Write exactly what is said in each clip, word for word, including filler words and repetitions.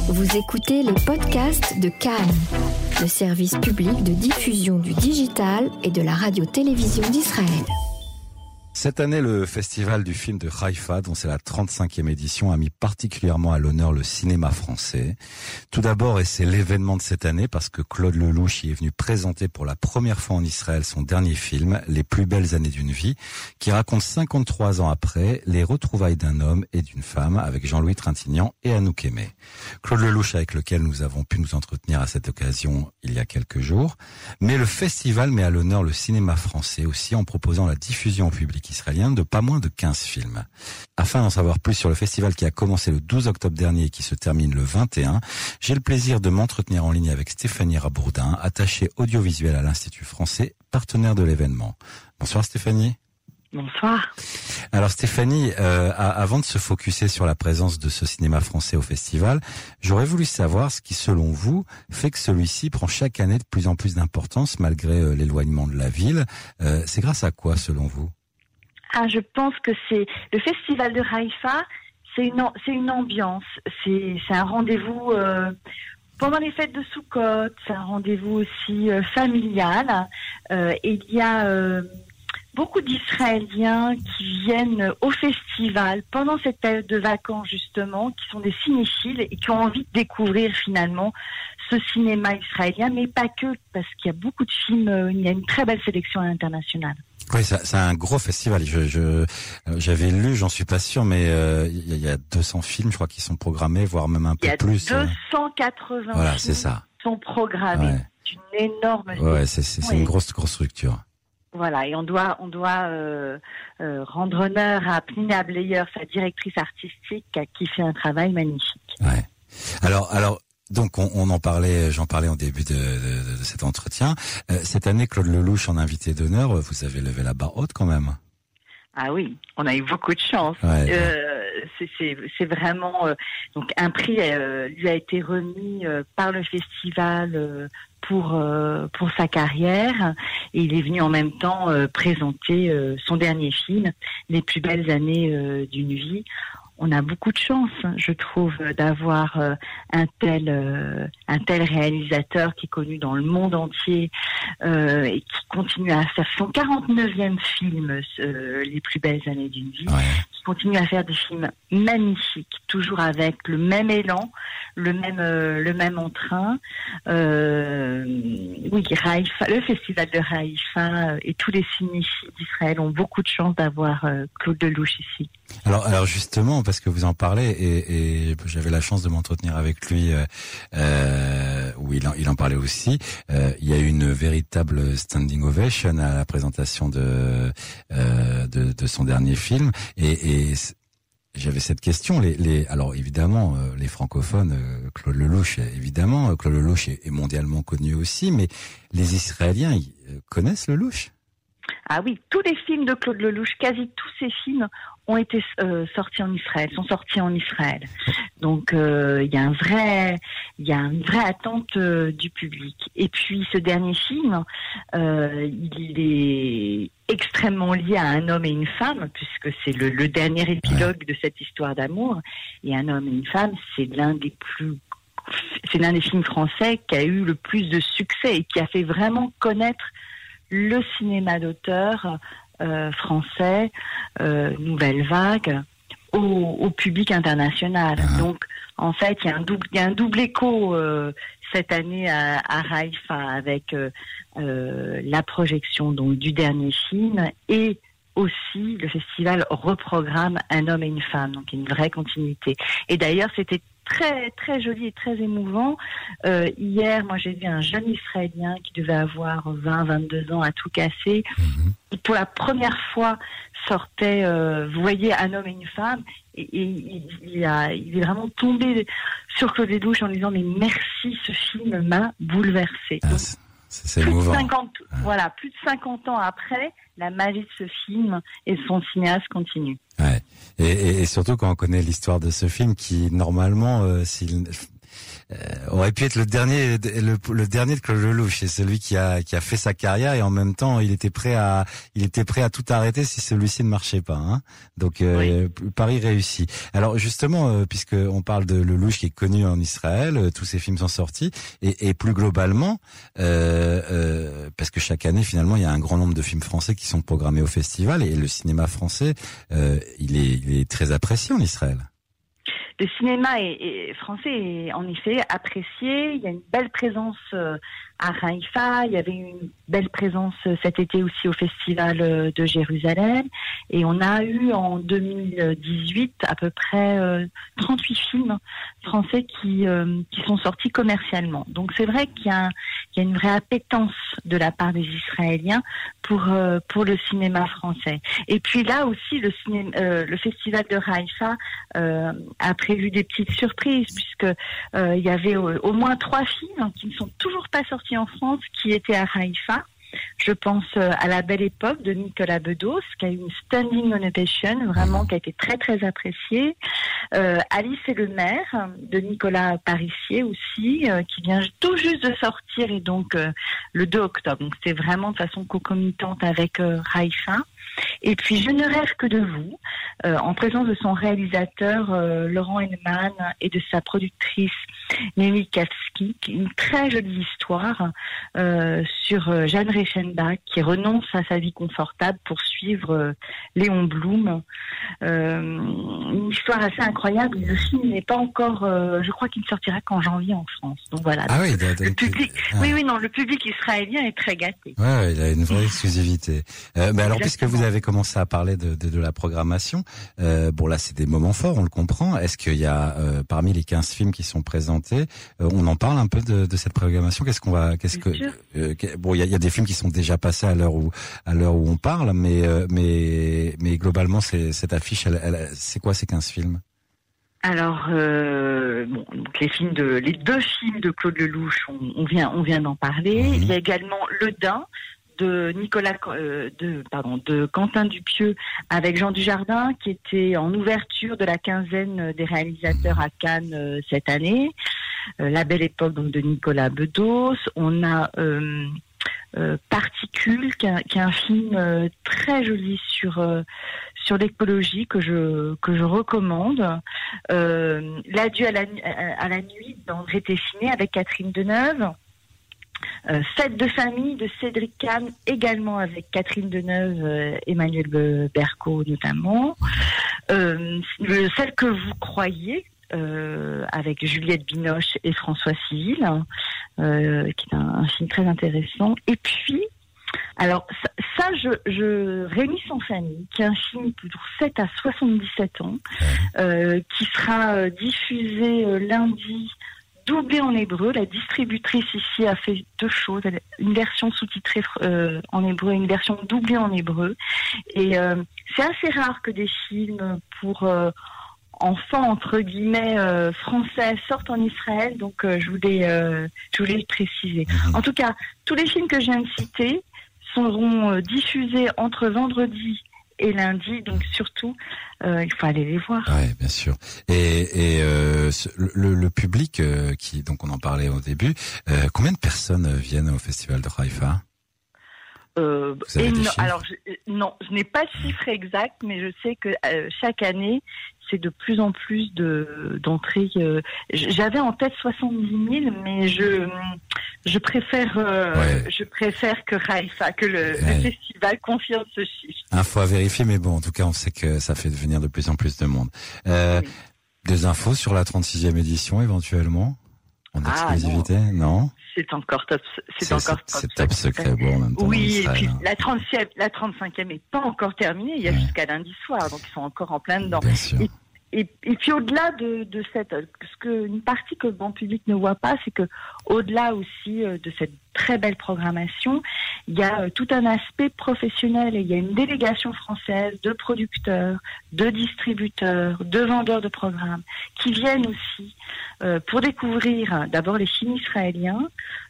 Vous écoutez les podcasts de Cannes, le service public de diffusion du digital et de la radio-télévision d'Israël. Cette année, le festival du film de Haïfa, dont c'est la trente-cinquième édition, a mis particulièrement à l'honneur le cinéma français. Tout d'abord, et c'est l'événement de cette année, parce que Claude Lelouch y est venu présenter pour la première fois en Israël son dernier film, Les plus belles années d'une vie, qui raconte cinquante-trois ans après les retrouvailles d'un homme et d'une femme avec Jean-Louis Trintignant et Anouk Aimée. Claude Lelouch, avec lequel nous avons pu nous entretenir à cette occasion il y a quelques jours. Mais le festival met à l'honneur le cinéma français aussi en proposant la diffusion au public israélien de pas moins de quinze films. Afin d'en savoir plus sur le festival qui a commencé le douze octobre dernier et qui se termine le vingt et un, j'ai le plaisir de m'entretenir en ligne avec Stéphanie Rabourdin, attachée audiovisuelle à l'Institut français, partenaire de l'événement. Bonsoir Stéphanie. Bonsoir. Alors Stéphanie, euh, avant de se focuser sur la présence de ce cinéma français au festival, j'aurais voulu savoir ce qui, selon vous, fait que celui-ci prend chaque année de plus en plus d'importance malgré euh, l'éloignement de la ville. Euh, c'est grâce à quoi, selon vous ? Ah, je pense que c'est le festival de Haïfa, c'est une c'est une ambiance, c'est c'est un rendez-vous euh, pendant les fêtes de Soukhot, c'est un rendez-vous aussi euh, familial. Euh, et il y a euh, beaucoup d'Israéliens qui viennent au festival pendant cette période de vacances justement, qui sont des cinéphiles et qui ont envie de découvrir finalement ce cinéma israélien, mais pas que, parce qu'il y a beaucoup de films, euh, il y a une très belle sélection à l'international. Oui, c'est un gros festival. Je, je, j'avais lu, j'en suis pas sûr, mais euh, il y a deux cents films, je crois, qui sont programmés, voire même un peu plus. Il y a deux cent quatre-vingts voilà, films c'est ça. qui sont programmés. Ouais. C'est une énorme. Ouais, c'est, c'est, c'est oui. une grosse, grosse structure. Voilà, et on doit, on doit euh, euh, rendre honneur à Pnina Bleyer, sa directrice artistique, qui fait un travail magnifique. Ouais. Alors, alors. Donc on, on en parlait, j'en parlais au début de, de, de cet entretien. Euh, cette année, Claude Lelouch en invité d'honneur, vous avez levé la barre haute quand même. Ah oui, on a eu beaucoup de chance. Ouais, euh, c'est, c'est, c'est vraiment euh, donc un prix euh, lui a été remis euh, par le festival euh, pour euh, pour sa carrière et il est venu en même temps euh, présenter euh, son dernier film, Les plus belles années euh, d'une vie. On a beaucoup de chance, je trouve, d'avoir euh, un tel euh, un tel réalisateur qui est connu dans le monde entier euh, et qui continue à faire son quarante-neuvième film, euh, Les plus belles années d'une vie, ouais. qui continue à faire des films magnifiques, toujours avec le même élan, le même euh, le même entrain. Euh, oui, Haïfa, le festival de Haïfa et tous les cinéphiles d'Israël ont beaucoup de chance d'avoir euh, Claude Lelouch ici. Alors, alors justement, parce que vous en parlez, et, et j'avais la chance de m'entretenir avec lui, euh, euh, où il en, il en parlait aussi. Euh, il y a eu une véritable standing ovation à la présentation de euh, de, de son dernier film, et, et j'avais cette question. Les, les, alors évidemment, euh, les francophones, euh, Claude Lelouch, évidemment, Claude Lelouch est, est mondialement connu aussi, mais les Israéliens ils, euh, connaissent Lelouch ? Ah oui, tous les films de Claude Lelouch, quasi tous ces films ont été euh, sortis en Israël, sont sortis en Israël. Donc euh, il y a un vrai, il y a une vraie attente euh, du public. Et puis ce dernier film, euh, il est extrêmement lié à un homme et une femme, puisque c'est le, le dernier épilogue de cette histoire d'amour. Et un homme et une femme, c'est l'un des plus c'est l'un des films français qui a eu le plus de succès et qui a fait vraiment connaître le cinéma d'auteur euh, français, euh, Nouvelle Vague, au, au public international. Ah. Donc, en fait, il y a un double, il y a un double écho euh, cette année à, à Haïfa avec euh, euh, la projection donc du dernier film et aussi le festival reprogramme Un homme et une femme, donc une vraie continuité. Et d'ailleurs, c'était très très joli et très émouvant. Euh, hier, moi j'ai vu un jeune Israélien qui devait avoir vingt, vingt-deux ans à tout casser. Mm-hmm. Pour la première fois sortait, euh, vous voyez, Un homme et une femme, et, et il, il, a, il est vraiment tombé sur Claude Lelouch en disant mais merci, ce film m'a bouleversé. Ah, c'est, c'est plus émouvant. De cinquante, ah. Voilà, plus de cinquante ans après, la magie de ce film et son cinéaste continue. Ouais. Et, et, et surtout quand on connaît l'histoire de ce film qui, normalement, euh, s'il, euh, aurait pu être le dernier, le, le dernier de Claude Lelouch. C'est celui qui a qui a fait sa carrière et en même temps il était prêt à il était prêt à tout arrêter si celui-ci ne marchait pas. Hein. Donc euh, oui. Paris réussi. Alors justement, euh, puisque on parle de Lelouch qui est connu en Israël, euh, tous ses films sont sortis et, et plus globalement, euh, euh, parce que chaque année finalement il y a un grand nombre de films français qui sont programmés au festival et le cinéma français, euh, il est il est très apprécié en Israël. Le cinéma est, est français est en effet apprécié. Il y a une belle présence euh, à Haïfa. Il y avait une belle présence euh, cet été aussi au Festival euh, de Jérusalem. Et on a eu en deux mille dix-huit à peu près euh, trente-huit films français qui euh, qui sont sortis commercialement. Donc c'est vrai qu'il y a, un, il y a une vraie appétence de la part des Israéliens pour euh, pour le cinéma français. Et puis là aussi le cinéma, euh, le Festival de Haïfa euh, a prévu des petites surprises puisque euh, il y avait au, au moins trois films qui ne sont toujours pas sortis en France qui étaient à Haïfa. Je pense euh, à La Belle Époque de Nicolas Bedos, qui a eu une standing ovation, vraiment, qui a été très très appréciée. Euh, Alice et le maire de Nicolas Parissier aussi, euh, qui vient tout juste de sortir et donc euh, le deux octobre. Donc c'est vraiment de façon concomitante avec euh, Haïfa. Et puis Je ne rêve que de vous, euh, en présence de son réalisateur euh, Laurent Henneman et de sa productrice Némi Katsky, une très jolie histoire euh, sur euh, Jeanne Reichenbach qui renonce à sa vie confortable pour suivre euh, Léon Blum. Euh, une histoire assez incroyable. Le film n'est pas encore, euh, je crois qu'il ne sortira qu'en janvier en France. Donc voilà. Ah oui, le, le public, ah. oui, oui, non, le public israélien est très gâté. Ouais, il a une vraie exclusivité. Euh, mais alors, puisque vous avez commencé à parler de, de, de la programmation, euh, bon là, c'est des moments forts, on le comprend. Est-ce qu'il y a euh, parmi les quinze films qui sont présentés, euh, on en parle un peu de, de cette programmation. Qu'est-ce qu'on va, qu'est-ce que, euh, bon, il y a, y a des films qui sont déjà passés à l'heure où à l'heure où on parle, mais euh, mais mais globalement, c'est cette affiche, elle, elle, c'est quoi ces quinze films? Alors, euh, bon, donc les films de, les deux films de Claude Lelouch, on, on vient, on vient d'en parler. Mmh. Il y a également Le Dain de Nicolas, euh, de, pardon, de Quentin Dupieux avec Jean Dujardin, qui était en ouverture de la quinzaine des réalisateurs à Cannes euh, cette année. Euh, La Belle Époque donc de Nicolas Bedos. On a euh, euh, Particules, qui est un film euh, très joli sur euh, sur l'écologie que je que je recommande. Euh, L'adieu à la à la nuit d'André Téchiné avec Catherine Deneuve. Euh, Fête de famille de Cédric Kahn, également avec Catherine Deneuve, euh, Emmanuel Berco notamment. Euh, le, celle que vous croyez, euh, avec Juliette Binoche et François Civil, euh, qui est un, un film très intéressant. Et puis, alors ça, ça je, je Rémi sans famille, qui est un film pour sept à soixante-dix-sept ans, euh, qui sera euh, diffusé euh, lundi. Doublé en hébreu, la distributrice ici a fait deux choses, une version sous-titrée euh, en hébreu et une version doublée en hébreu. Et euh, c'est assez rare que des films pour euh, enfants, entre guillemets, euh, français sortent en Israël, donc euh, je voulais euh, je voulais le préciser. En tout cas, tous les films que je viens de citer seront euh, diffusés entre vendredi et lundi, donc surtout, euh, il faut aller les voir. Ouais, bien sûr. Et, et euh, le, le public, euh, qui, donc on en parlait au début, euh, combien de personnes viennent au festival de Haïfa? Euh, et non, alors je, non, je n'ai pas de chiffre exact, mais je sais que euh, chaque année, c'est de plus en plus de d'entrées. Euh, J'avais en tête soixante-dix mille, mais je je préfère euh, ouais. je préfère que Haïfa, que le, ouais. le festival confirme ce chiffre. Info à vérifier, mais bon, en tout cas, on sait que ça fait venir de plus en plus de monde. Euh, oui. Des infos sur la trente-sixième édition, éventuellement, en exclusivité, ah, non, non C'est encore top. C'est encore top. C'est top secret, bon, en même temps. Oui, et puis la trentième, la trente-cinquième est pas encore terminée. Il y a ouais. jusqu'à lundi soir, donc ils sont encore en plein dedans. Bien sûr. Et, et, et puis au-delà de, de cette, ce que une partie que le grand public ne voit pas, c'est que au-delà aussi de cette très belle programmation, il y a tout un aspect professionnel et il y a une délégation française de producteurs, de distributeurs, de vendeurs de programmes qui viennent aussi euh, pour découvrir d'abord les films israéliens,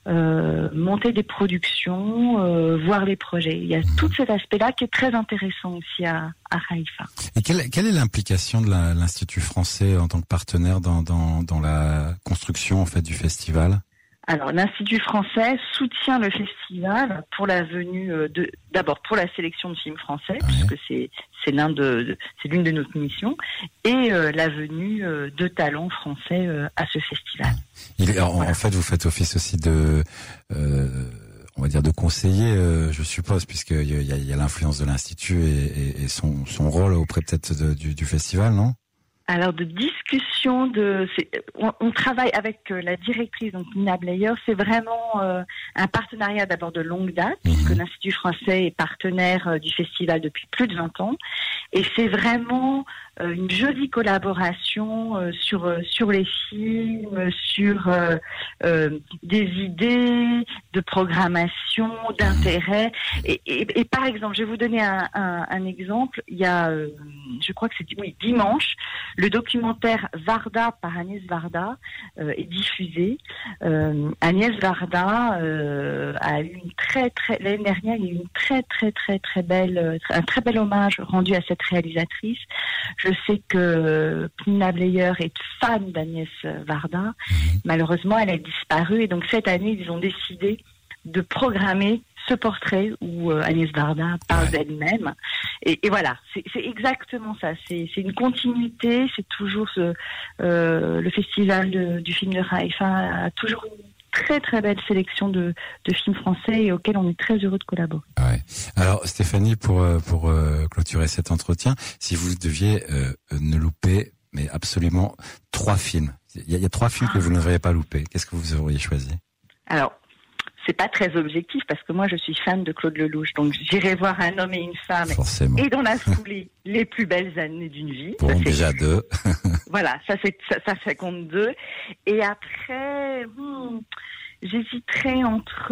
euh, monter des productions, euh, voir les projets. Il y a tout cet aspect-là qui est très intéressant aussi à, à Haïfa. Et quelle, quelle est l'implication de la, l'Institut français en tant que partenaire dans, dans, dans la construction en fait du festival ? Alors, l'Institut français soutient le festival pour la venue de, d'abord pour la sélection de films français, ouais. puisque c'est c'est l'un de, de c'est l'une de nos missions, et euh, la venue euh, de talents français euh, à ce festival. Il est, en, voilà. en fait, vous faites office aussi de, euh, on va dire de conseiller, euh, je suppose, puisqu'il y a, il y a l'influence de l'Institut et, et, et son son rôle auprès peut-être de, du, du festival, non ? Alors de discussion, de, c'est, on, on travaille avec euh, la directrice, donc Nina Blayer. C'est vraiment euh, un partenariat d'abord de longue date, mmh. puisque l'Institut français est partenaire euh, du festival depuis plus de vingt ans. Et c'est vraiment euh, une jolie collaboration euh, sur euh, sur les films, sur euh, euh, des idées de programmation, d'intérêt. Et, et, et par exemple, je vais vous donner un, un, un exemple. Il y a, euh, je crois que c'est oui, dimanche, le documentaire Varda par Agnès Varda euh, est diffusé. Euh, Agnès Varda euh, a eu une très très l'année dernière, il y a eu une très très très très belle un très bel hommage rendu à cette réalisatrice. Je sais que Pnina Bleyer est fan d'Agnès Varda. Malheureusement, elle a disparu et donc cette année, ils ont décidé de programmer ce portrait où euh, Agnès Varda parle ouais. d'elle-même. Et, et voilà, c'est, c'est exactement ça. C'est, c'est une continuité. C'est toujours ce, euh, le festival de, du film de Haïfa a toujours une très très belle sélection de, de films français et auxquels on est très heureux de collaborer. Ouais. Alors Stéphanie, pour pour euh, clôturer cet entretien, si vous deviez euh, ne louper, mais absolument trois films, il y a, il y a trois films ah. que vous n'auriez pas loupé. Qu'est-ce que vous auriez choisi ? Alors. C'est pas très objectif parce que moi je suis fan de Claude Lelouch, donc j'irai voir Un homme et une femme. Forcément. Et dans la foulée, Les plus belles années d'une vie. Bon, ça, déjà deux. Voilà, ça c'est ça, ça, ça compte deux. Et après, hmm, j'hésiterais entre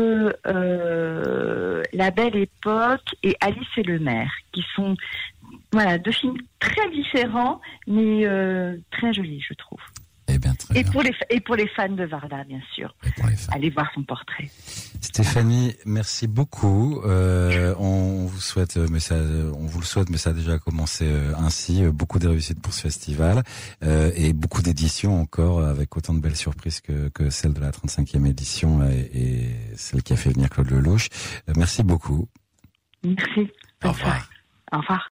euh, La Belle Époque et Alice et le maire, qui sont voilà deux films très différents mais euh, très jolis, je trouve. Eh bien, très et bien. pour les et pour les fans de Varda, bien sûr. Allez voir son portrait. Stéphanie, merci beaucoup. Euh, on vous souhaite, mais ça, on vous le souhaite, mais ça a déjà commencé ainsi. Beaucoup de réussites pour ce festival euh, et beaucoup d'éditions encore, avec autant de belles surprises que, que celle de la trente-cinquième édition et, et celle qui a fait venir Claude Lelouch. Euh, merci beaucoup. Merci. Au revoir. Au revoir.